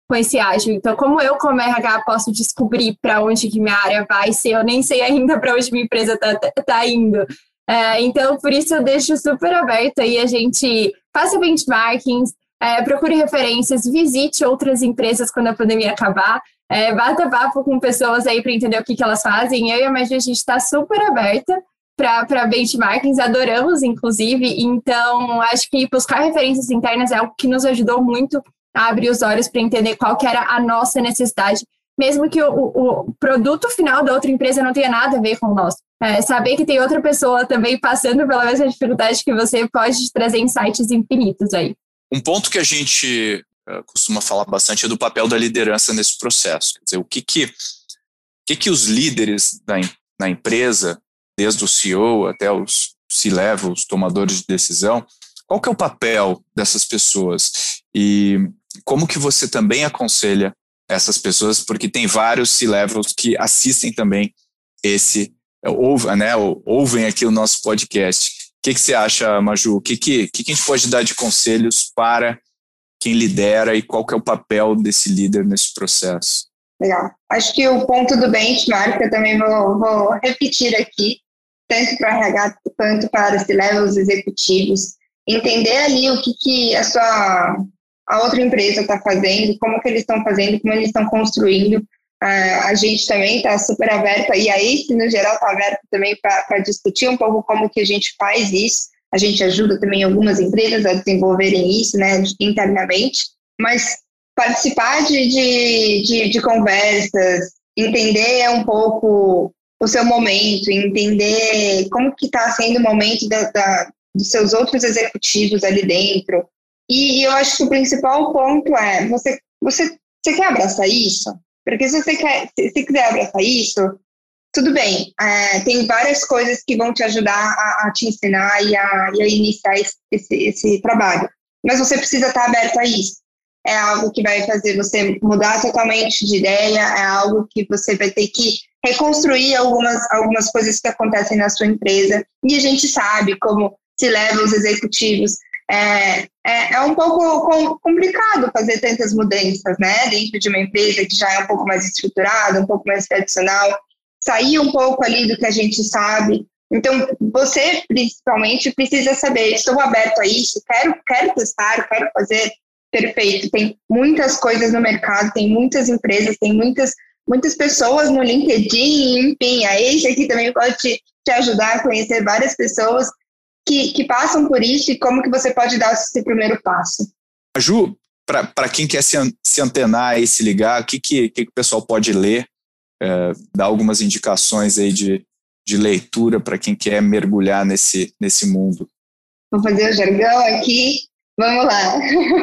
com esse ágil. Então, como eu, como R H, posso descobrir para onde que minha área vai ser? Eu nem sei ainda para onde minha empresa está tá indo. É, então, por isso eu deixo super aberto aí a gente faça benchmarkings, é, procure referências, visite outras empresas quando a pandemia acabar, é, bata papo com pessoas aí para entender o que, que elas fazem. Eu e a Maju, a gente está super aberta para benchmarkings, adoramos, inclusive. Então, acho que buscar referências internas é algo que nos ajudou muito a abrir os olhos para entender qual que era a nossa necessidade, mesmo que o, o produto final da outra empresa não tenha nada a ver com o nosso. É, saber que tem outra pessoa também passando pela mesma dificuldade que você pode trazer insights infinitos aí. Um ponto que a gente uh, costuma falar bastante é do papel da liderança nesse processo. Quer dizer, o que que, o que, que os líderes da, na empresa, desde o C E O até os C-level, os tomadores de decisão, qual que é o papel dessas pessoas? E como que você também aconselha essas pessoas, porque tem vários C-levels que assistem também esse, ouvem, né, ouvem aqui o nosso podcast. O que, que você acha, Maju? O que, que, que a gente pode dar de conselhos para quem lidera e qual que é o papel desse líder nesse processo? Legal. Acho que o ponto do benchmark, eu também vou, vou repetir aqui, tanto para R H quanto para C-levels executivos, entender ali o que, que a sua a outra empresa está fazendo, como que eles estão fazendo, como eles estão construindo. Uh, a gente também está super aberta, e a ACE, no geral, está aberta também para discutir um pouco como que a gente faz isso. A gente ajuda também algumas empresas a desenvolverem isso, né, internamente, mas participar de, de, de, de conversas, entender um pouco o seu momento, entender como que está sendo o momento da, da, dos seus outros executivos ali dentro. E, e eu acho que o principal ponto é, você, você, você quer abraçar isso? Porque se você quer, se, se quiser abraçar isso, tudo bem, é, tem várias coisas que vão te ajudar a, a te ensinar e a, e a iniciar esse, esse, esse trabalho. Mas você precisa estar aberto a isso. É algo que vai fazer você mudar totalmente de ideia, é algo que você vai ter que reconstruir algumas, algumas coisas que acontecem na sua empresa. E a gente sabe como se leva os executivos. É, é, é um pouco complicado fazer tantas mudanças, né, dentro de uma empresa que já é um pouco mais estruturada, um pouco mais tradicional, sair um pouco ali do que a gente sabe. Então, você, principalmente, precisa saber, estou aberto a isso, quero, quero testar, quero fazer, perfeito. Tem muitas coisas no mercado, tem muitas empresas, tem muitas, muitas pessoas no LinkedIn, enfim, a ACE aqui também pode te, te ajudar a conhecer várias pessoas Que, que passam por isso e como que você pode dar esse primeiro passo. Ju, para quem quer se, se antenar e se ligar, o que, que, que o pessoal pode ler? É, dar algumas indicações aí de, de leitura para quem quer mergulhar nesse, nesse mundo. Vou fazer o jargão aqui. Vamos lá.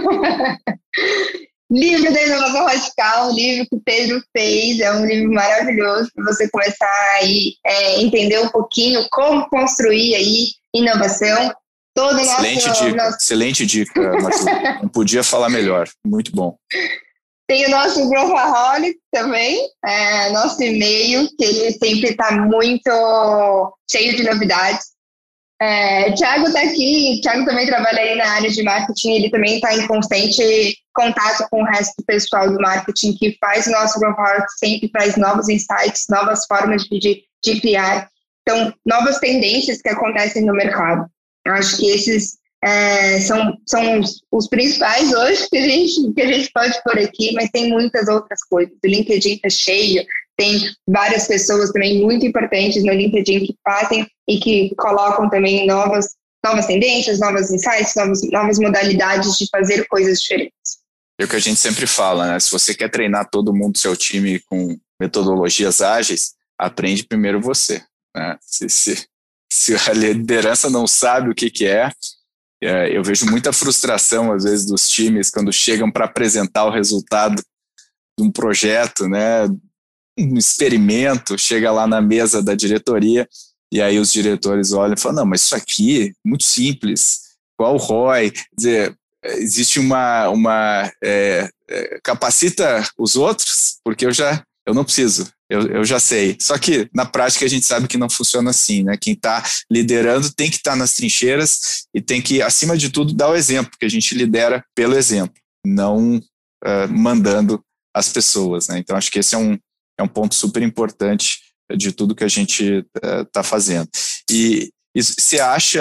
Livro da Inovação Radical, um livro que o Pedro fez, é um livro maravilhoso para você começar aí é, entender um pouquinho como construir aí inovação. Todo excelente nosso, dica, nosso... excelente dica, Maju. Não podia falar melhor, muito bom. Tem o nosso Growthaholic também, é, nosso e-mail, que ele sempre está muito cheio de novidades. É, o Thiago está aqui, o Thiago também trabalha aí na área de marketing, ele também está em constante contato com o resto do pessoal do marketing que faz o nosso Growthaholic, sempre traz novos insights, novas formas de, de criar. Então, novas tendências que acontecem no mercado. Eu acho que esses é, são, são os, os principais hoje que a, gente, que a gente pode pôr aqui, mas tem muitas outras coisas. O LinkedIn está cheio, tem várias pessoas também muito importantes no LinkedIn que fazem e que colocam também novas, novas tendências, novos insights, novas, novas modalidades de fazer coisas diferentes. É o que a gente sempre fala, né? Se você quer treinar todo mundo do seu time com metodologias ágeis, aprende primeiro você. Né? Se, se, se a liderança não sabe o que, que é, é, eu vejo muita frustração, às vezes, dos times quando chegam para apresentar o resultado de um projeto, né? Um experimento, chega lá na mesa da diretoria e aí os diretores olham e falam, não, mas isso aqui é muito simples, qual o R O I? Quer dizer, existe uma... uma é, é, capacita os outros, porque eu já eu não preciso. Eu, eu já sei. Só que, na prática, a gente sabe que não funciona assim, né? Quem está liderando tem que estar tá nas trincheiras e tem que, acima de tudo, dar o exemplo, porque a gente lidera pelo exemplo, não uh, mandando as pessoas, né? Então, acho que esse é um, é um ponto super importante de tudo que a gente está uh, fazendo. E, e você acha,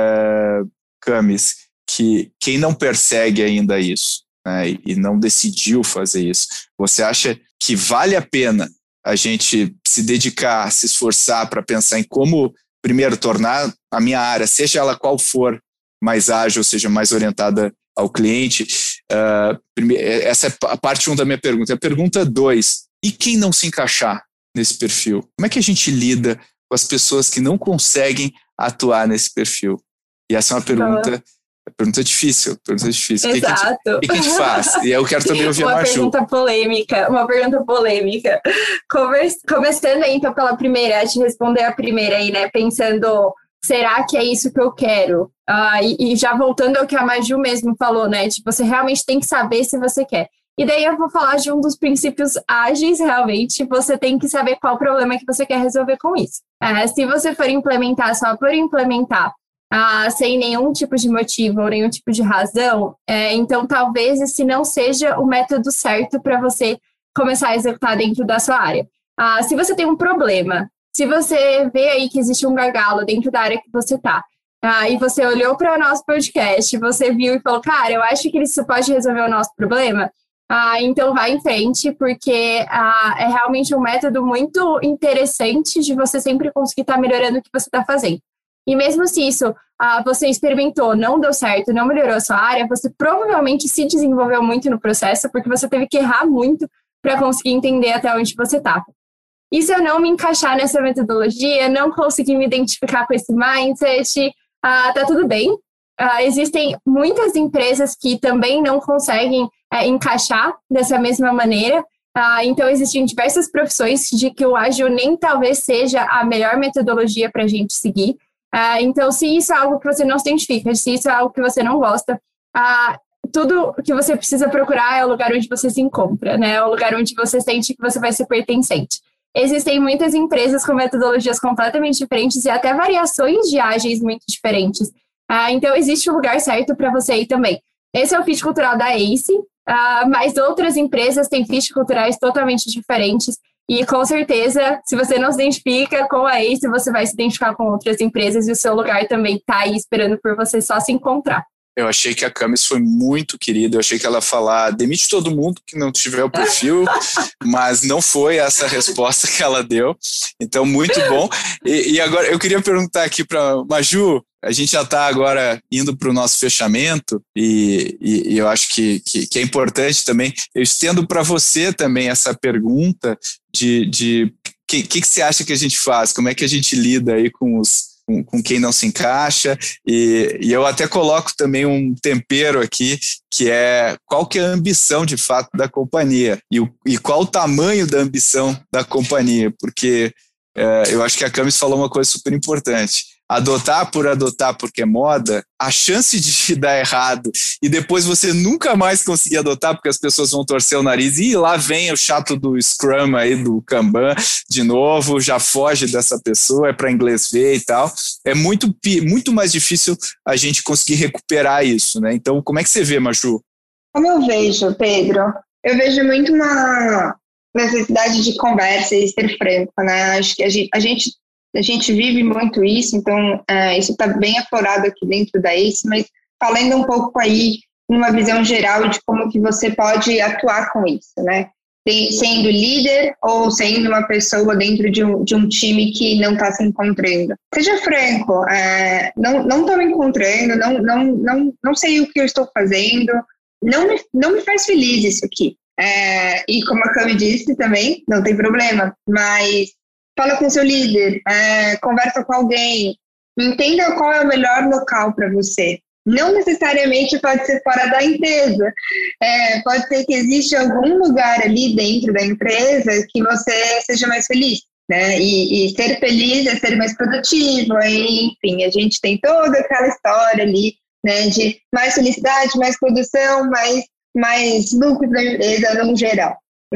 uh, Camis, que quem não persegue ainda isso, né, e, e não decidiu fazer isso, você acha que vale a pena a gente se dedicar, se esforçar para pensar em como, primeiro, tornar a minha área, seja ela qual for, mais ágil, seja mais orientada ao cliente? Uh, primeiro, essa é a parte um da minha pergunta. A pergunta dois, e quem não se encaixar nesse perfil? Como é que a gente lida com as pessoas que não conseguem atuar nesse perfil? E essa é uma pergunta... Pergunta difícil, pergunta difícil. Exato. O que, que a gente faz? E eu quero também ouvir uma a Maju. Pergunta polêmica, uma pergunta polêmica. Conversa, começando aí, então, pela primeira, a te responder a primeira aí, né? Pensando, será que é isso que eu quero? Ah, e, e já voltando ao que a Maju mesmo falou, né? Tipo, você realmente tem que saber se você quer. E daí eu vou falar de um dos princípios ágeis, realmente. Você tem que saber qual o problema que você quer resolver com isso. Ah, se você for implementar só por implementar, Ah, sem nenhum tipo de motivo ou nenhum tipo de razão, é, então talvez esse não seja o método certo para você começar a executar dentro da sua área. Ah, se você tem um problema, se você vê aí que existe um gargalo dentro da área que você está, ah, e você olhou para o nosso podcast, você viu e falou, cara, eu acho que isso pode resolver o nosso problema, ah, então vai em frente, porque ah, é realmente um método muito interessante de você sempre conseguir estar tá melhorando o que você está fazendo. E mesmo se isso ah, você experimentou, não deu certo, não melhorou a sua área, você provavelmente se desenvolveu muito no processo, porque você teve que errar muito para conseguir entender até onde você estava. E se eu não me encaixar nessa metodologia, não conseguir me identificar com esse mindset, ah, tá tudo bem. Ah, existem muitas empresas que também não conseguem é, encaixar dessa mesma maneira. Ah, então, existem diversas profissões de que o ágil nem talvez seja a melhor metodologia para a gente seguir. Ah, então, se isso é algo que você não se identifica, se isso é algo que você não gosta, ah, tudo que você precisa procurar é o lugar onde você se encontra, né? É o lugar onde você sente que você vai ser pertencente. Existem muitas empresas com metodologias completamente diferentes e até variações de ágeis muito diferentes. Ah, então, existe um lugar certo para você aí também. Esse é o fit cultural da ACE, ah, mas outras empresas têm fit culturais totalmente diferentes. E, com certeza, se você não se identifica com a ACE, você vai se identificar com outras empresas e o seu lugar também está aí esperando por você só se encontrar. Eu achei que a Camis foi muito querida, eu achei que ela ia falar, demite todo mundo que não tiver o perfil, mas não foi essa a resposta que ela deu, então muito bom. E, e agora eu queria perguntar aqui para Maju, a gente já está agora indo para o nosso fechamento e, e, e eu acho que, que, que é importante também, eu estendo para você também essa pergunta de, de que, que, que você acha que a gente faz, como é que a gente lida aí com os Com, com quem não se encaixa, e, e eu até coloco também um tempero aqui, que é qual que é a ambição de fato da companhia, e, o, e qual o tamanho da ambição da companhia, porque é, eu acho que a Camis falou uma coisa super importante, adotar por adotar porque é moda, a chance de dar errado e depois você nunca mais conseguir adotar porque as pessoas vão torcer o nariz e lá vem o chato do Scrum aí, do Kanban de novo, já foge dessa pessoa, é para inglês ver e tal, é muito, muito mais difícil a gente conseguir recuperar isso, né? Então, como é que você vê, Maju? Como eu vejo, Pedro, eu vejo muito uma necessidade de conversa e ser franco, né? Acho que a gente, a gente A gente vive muito isso, então é, isso está bem aflorado aqui dentro da ACE, mas falando um pouco aí, numa visão geral de como que você pode atuar com isso, né? Tem, sendo líder ou sendo uma pessoa dentro de um, de um time que não está se encontrando. Seja franco, é, não estou me encontrando, não, não, não, não sei o que eu estou fazendo, não me, não me faz feliz isso aqui. É, e como a Cami disse também, não tem problema, mas fala com seu líder, é, conversa com alguém, entenda qual é o melhor local para você. Não necessariamente pode ser fora da empresa, é, pode ser que exista algum lugar ali dentro da empresa que você seja mais feliz, né? E, e ser feliz é ser mais produtivo, enfim, a gente tem toda aquela história ali, né, de mais felicidade, mais produção, mais, mais lucro da empresa no geral.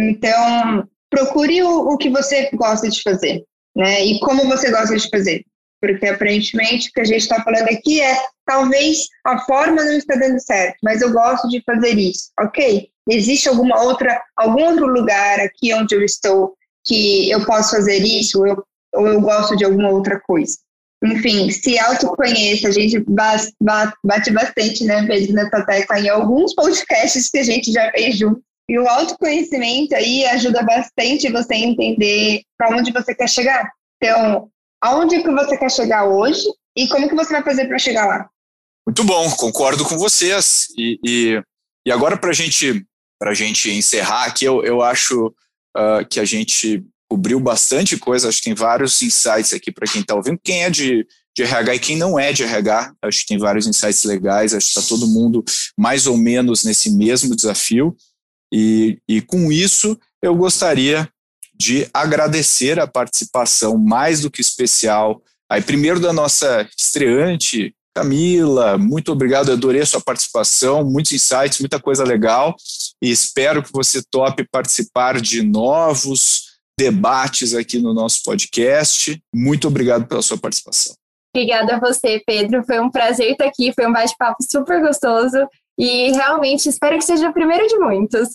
Então, procure o, o que você gosta de fazer, né? E como você gosta de fazer. Porque, aparentemente, o que a gente está falando aqui é, talvez a forma não está dando certo, mas eu gosto de fazer isso. Ok, existe alguma outra, algum outro lugar aqui onde eu estou que eu posso fazer isso, ou eu, ou eu gosto de alguma outra coisa. Enfim, se autoconheça, a gente bate, bate bastante, né, Pedro, nessa tecla em alguns podcasts que a gente já fez junto. E o autoconhecimento aí ajuda bastante você a entender para onde você quer chegar. Então, aonde que você quer chegar hoje e como que você vai fazer para chegar lá? Muito bom, concordo com vocês. E, e, e agora, para gente, a gente encerrar aqui, eu, eu acho uh, que a gente cobriu bastante coisa. Acho que tem vários insights aqui para quem está ouvindo. Quem é de, de R H e quem não é de R H, acho que tem vários insights legais. Acho que está todo mundo mais ou menos nesse mesmo desafio. E, e com isso, eu gostaria de agradecer a participação mais do que especial. Aí, primeiro da nossa estreante, Camila, muito obrigado, eu adorei a sua participação, muitos insights, muita coisa legal, e espero que você tope participar de novos debates aqui no nosso podcast. Muito obrigado pela sua participação. Obrigada a você, Pedro, foi um prazer estar aqui, foi um bate-papo super gostoso, e realmente espero que seja o primeiro de muitos.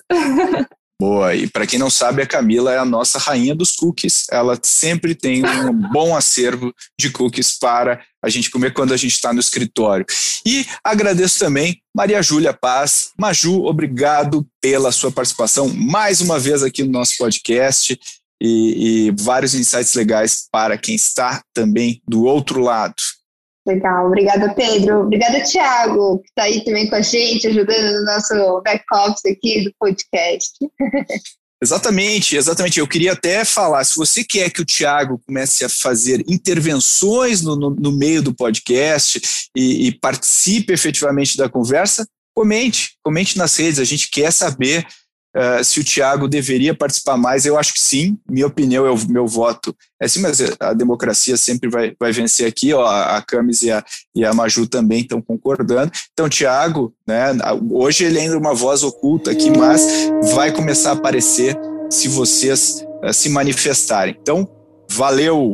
Boa, e para quem não sabe, a Camila é a nossa rainha dos cookies, ela sempre tem um bom acervo de cookies para a gente comer quando a gente está no escritório. E agradeço também Maria Júlia Paz. Maju, obrigado pela sua participação mais uma vez aqui no nosso podcast e, e vários insights legais para quem está também do outro lado. Legal, obrigada, Pedro. Obrigada, Thiago, que está aí também com a gente, ajudando no nosso back-office aqui do podcast. Exatamente, exatamente. Eu queria até falar, se você quer que o Thiago comece a fazer intervenções no, no, no meio do podcast e, e participe efetivamente da conversa, comente, comente nas redes. A gente quer saber uh, se o Thiago deveria participar mais. Eu acho que sim, minha opinião, eu, meu voto é sim, mas a democracia sempre vai, vai vencer aqui, ó, a Camis e a, e a Maju também estão concordando. Então, Thiago, né, hoje ele ainda é uma voz oculta aqui, mas vai começar a aparecer se vocês uh, se manifestarem. Então, valeu!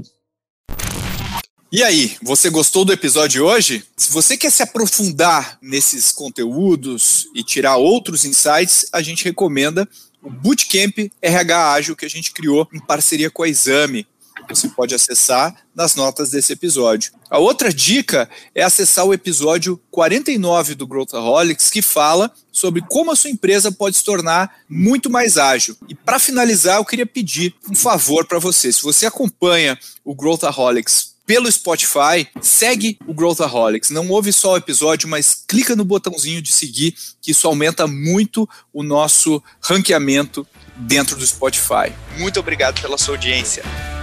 E aí, você gostou do episódio de hoje? Se você quer se aprofundar nesses conteúdos e tirar outros insights, a gente recomenda o Bootcamp R H Ágil que a gente criou em parceria com a Exame. Você pode acessar nas notas desse episódio. A outra dica é acessar o episódio quarenta e nove do Growthaholics, que fala sobre como a sua empresa pode se tornar muito mais ágil. E para finalizar, eu queria pedir um favor para você. Se você acompanha o Growthaholics pelo Spotify, segue o Growthaholics. Não ouve só o episódio, mas clica no botãozinho de seguir, que isso aumenta muito o nosso ranqueamento dentro do Spotify. Muito obrigado pela sua audiência.